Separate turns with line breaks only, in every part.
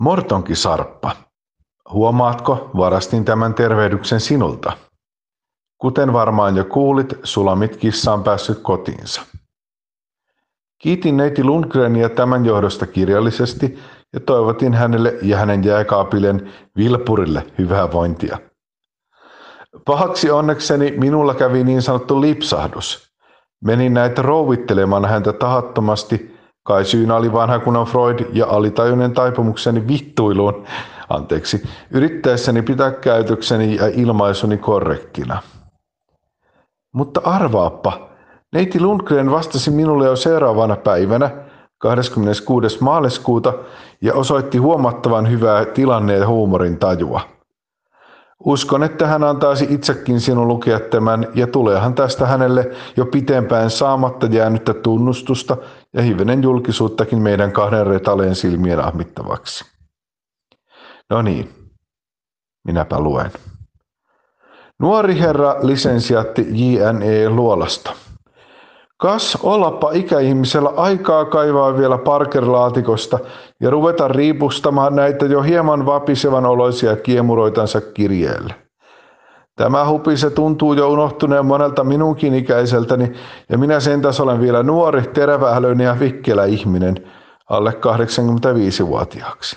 Mortonki Sarppa. Huomaatko, varastin tämän tervehdyksen sinulta. Kuten varmaan jo kuulit, Sulamit-kissa on päässyt kotiinsa. Kiitin neiti Lundgrenia tämän johdosta kirjallisesti ja toivotin hänelle ja hänen jääkaapilleen Vilpurille hyvää vointia. Pahaksi onnekseni minulla kävi niin sanottu lipsahdus. Menin näitä rouvittelemaan häntä tahattomasti, kai syynä oli vanha kunnon Freud ja alitajuinen taipumukseni vittuiluun, yrittäessäni pitää käytökseni ja ilmaisuni korrektina. Mutta arvaappa, neiti Lundgren vastasi minulle jo seuraavana päivänä, 26. maaliskuuta, ja osoitti huomattavan hyvää tilanne- ja huumorin tajua. Uskon, että hän antaisi itsekin sinun lukea tämän, ja tuleehan tästä hänelle jo pitempään saamatta jäänyttä tunnustusta ja hivenen julkisuuttakin meidän kahden retaleen silmien ahmittavaksi. No niin, minäpä luen. Nuori herra lisensiaatti J.N.E. Luolasta. Kas ollapa ikäihmisellä aikaa kaivaa vielä Parker-laatikosta ja ruveta riipustamaan näitä jo hieman vapisevan oloisia kiemuroitansa kirjeelle. Tämä hupise tuntuu jo unohtuneen monelta minunkin ikäiseltäni, ja minä sentäs olen vielä nuori, teräväälöinen ja vikkelä ihminen, alle 85-vuotiaaksi.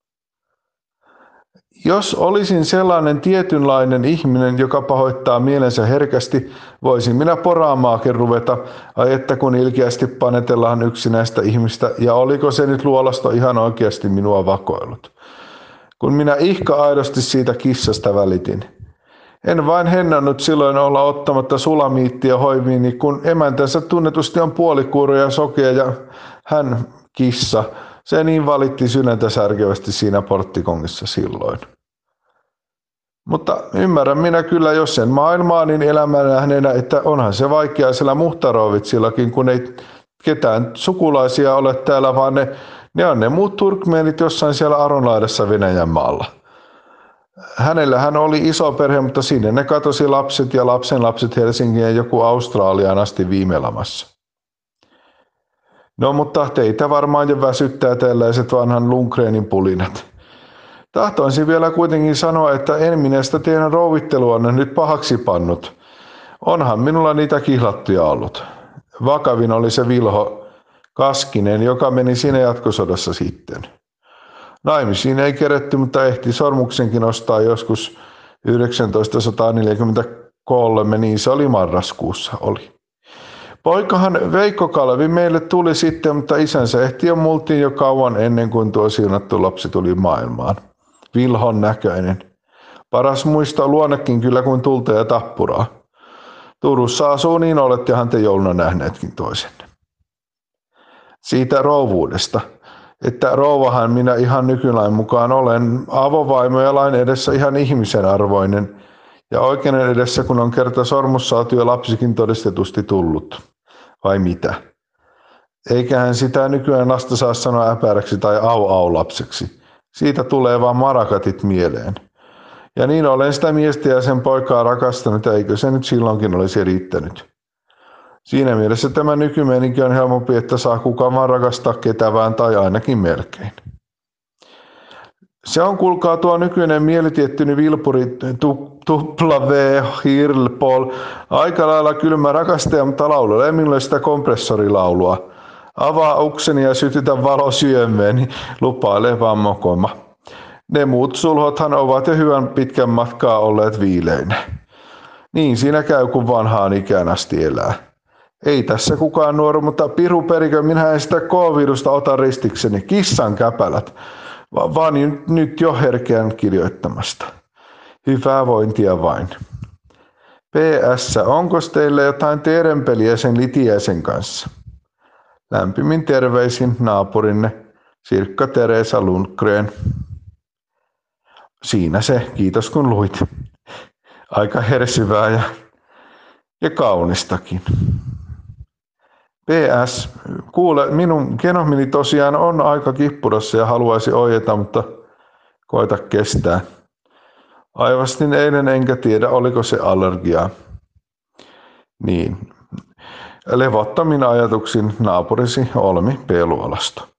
Jos olisin sellainen tietynlainen ihminen, joka pahoittaa mielensä herkästi, voisin minä poraamaakin ruveta, ai että kun ilkeästi panetellaan yksinäistä ihmistä, ja oliko se nyt Luolasto ihan oikeasti minua vakoillut. Kun minä ihka aidosti siitä kissasta välitin. En vain hennannut silloin olla ottamatta sulamiittia hoiviini, kun emäntänsä tunnetusti on puolikuuro ja sokea ja hän, kissa, se niin valitti sydäntä särkevästi siinä porttikongissa silloin. Mutta ymmärrän minä kyllä, jos sen maailmaa niin elämän nähneenä, että onhan se vaikeaa siellä Muhtarovitsillakin, kun ei ketään sukulaisia ole täällä, vaan ne on ne muut turkmeenit jossain siellä Aronlaidassa Venäjän maalla. Hänellähän oli iso perhe, mutta sinne ne katosi lapset ja lapsenlapset Helsinkiin ja joku Australiaan asti viime lamassa. No mutta teitä varmaan jo väsyttää tällaiset vanhan Lundgrenin pulinat. Tahtoisin vielä kuitenkin sanoa, että en minä sitä teidän rouvitteluanne nyt pahaksi pannut. Onhan minulla niitä kihlattuja ollut. Vakavin oli se Vilho Kaskinen, joka meni siinä jatkosodassa sitten. Naimisiin ei keretty, mutta ehti sormuksenkin ostaa joskus 1943, niin se oli marraskuussa oli. Poikahan Veikko Kalevi meille tuli sitten, mutta isänsä ehti jo multiin jo kauan ennen kuin tuo siunattu lapsi tuli maailmaan. Vilhon näköinen. Paras muistaa luonnekin kyllä kuin tulta ja tappuraa. Turussa asuu niin olettehan te jouluna nähneetkin toisenne. Siitä rouvuudesta, että rouvahan minä ihan nykylain mukaan olen avovaimo ja lain edessä ihan ihmisen arvoinen ja oikeinen edessä kun on kerta sormussaatu ja lapsikin todistetusti tullut. Vai mitä? Eiköhän sitä nykyään lasta saa sanoa äpäräksi tai au-au-lapseksi. Siitä tulee vaan marakatit mieleen. Ja niin olen sitä miestä ja sen poikaa rakastanut, eikö se nyt silloinkin olisi riittänyt. Siinä mielessä tämä nykymeininki on helpompi, että saa kukaan vaan rakastaa ketävään tai ainakin melkein. Se on kuulkaa tuo nykyinen mielitiettyni Vilpuri W. Hirlpol. Aika lailla kylmä rakastaja, mutta laulelee minulle sitä kompressorilaulua. Avaa ukseni ja sytytä valo syömmeeni, lupailee vaan mokoma. Ne muut sulhothan ovat jo hyvän pitkän matkaa olleet viileinä. Niin siinä käy, kun vanhaan ikään asti elää. Ei tässä kukaan nuoru, mutta piru perikö, minä en sitä K-virusta ota ristikseni, kissan käpälät, vaan nyt jo herkeän kirjoittamasta. Hyvää vointia vain. PS, onko teille jotain teerenpeliä sen Litiäisen kanssa? Lämpimin terveisin naapurinne Sirkka Teresa Lundgren. Siinä se, kiitos kun luit. Aika hersyvää ja kaunistakin. PS, kuule, minun genomini tosiaan on aika kippurassa ja haluaisi oijeta, mutta koita kestää. Aivastin eilen enkä tiedä, oliko se allergiaa. Niin. Levottomin ajatuksin naapurisi Olmi P. Luolasto.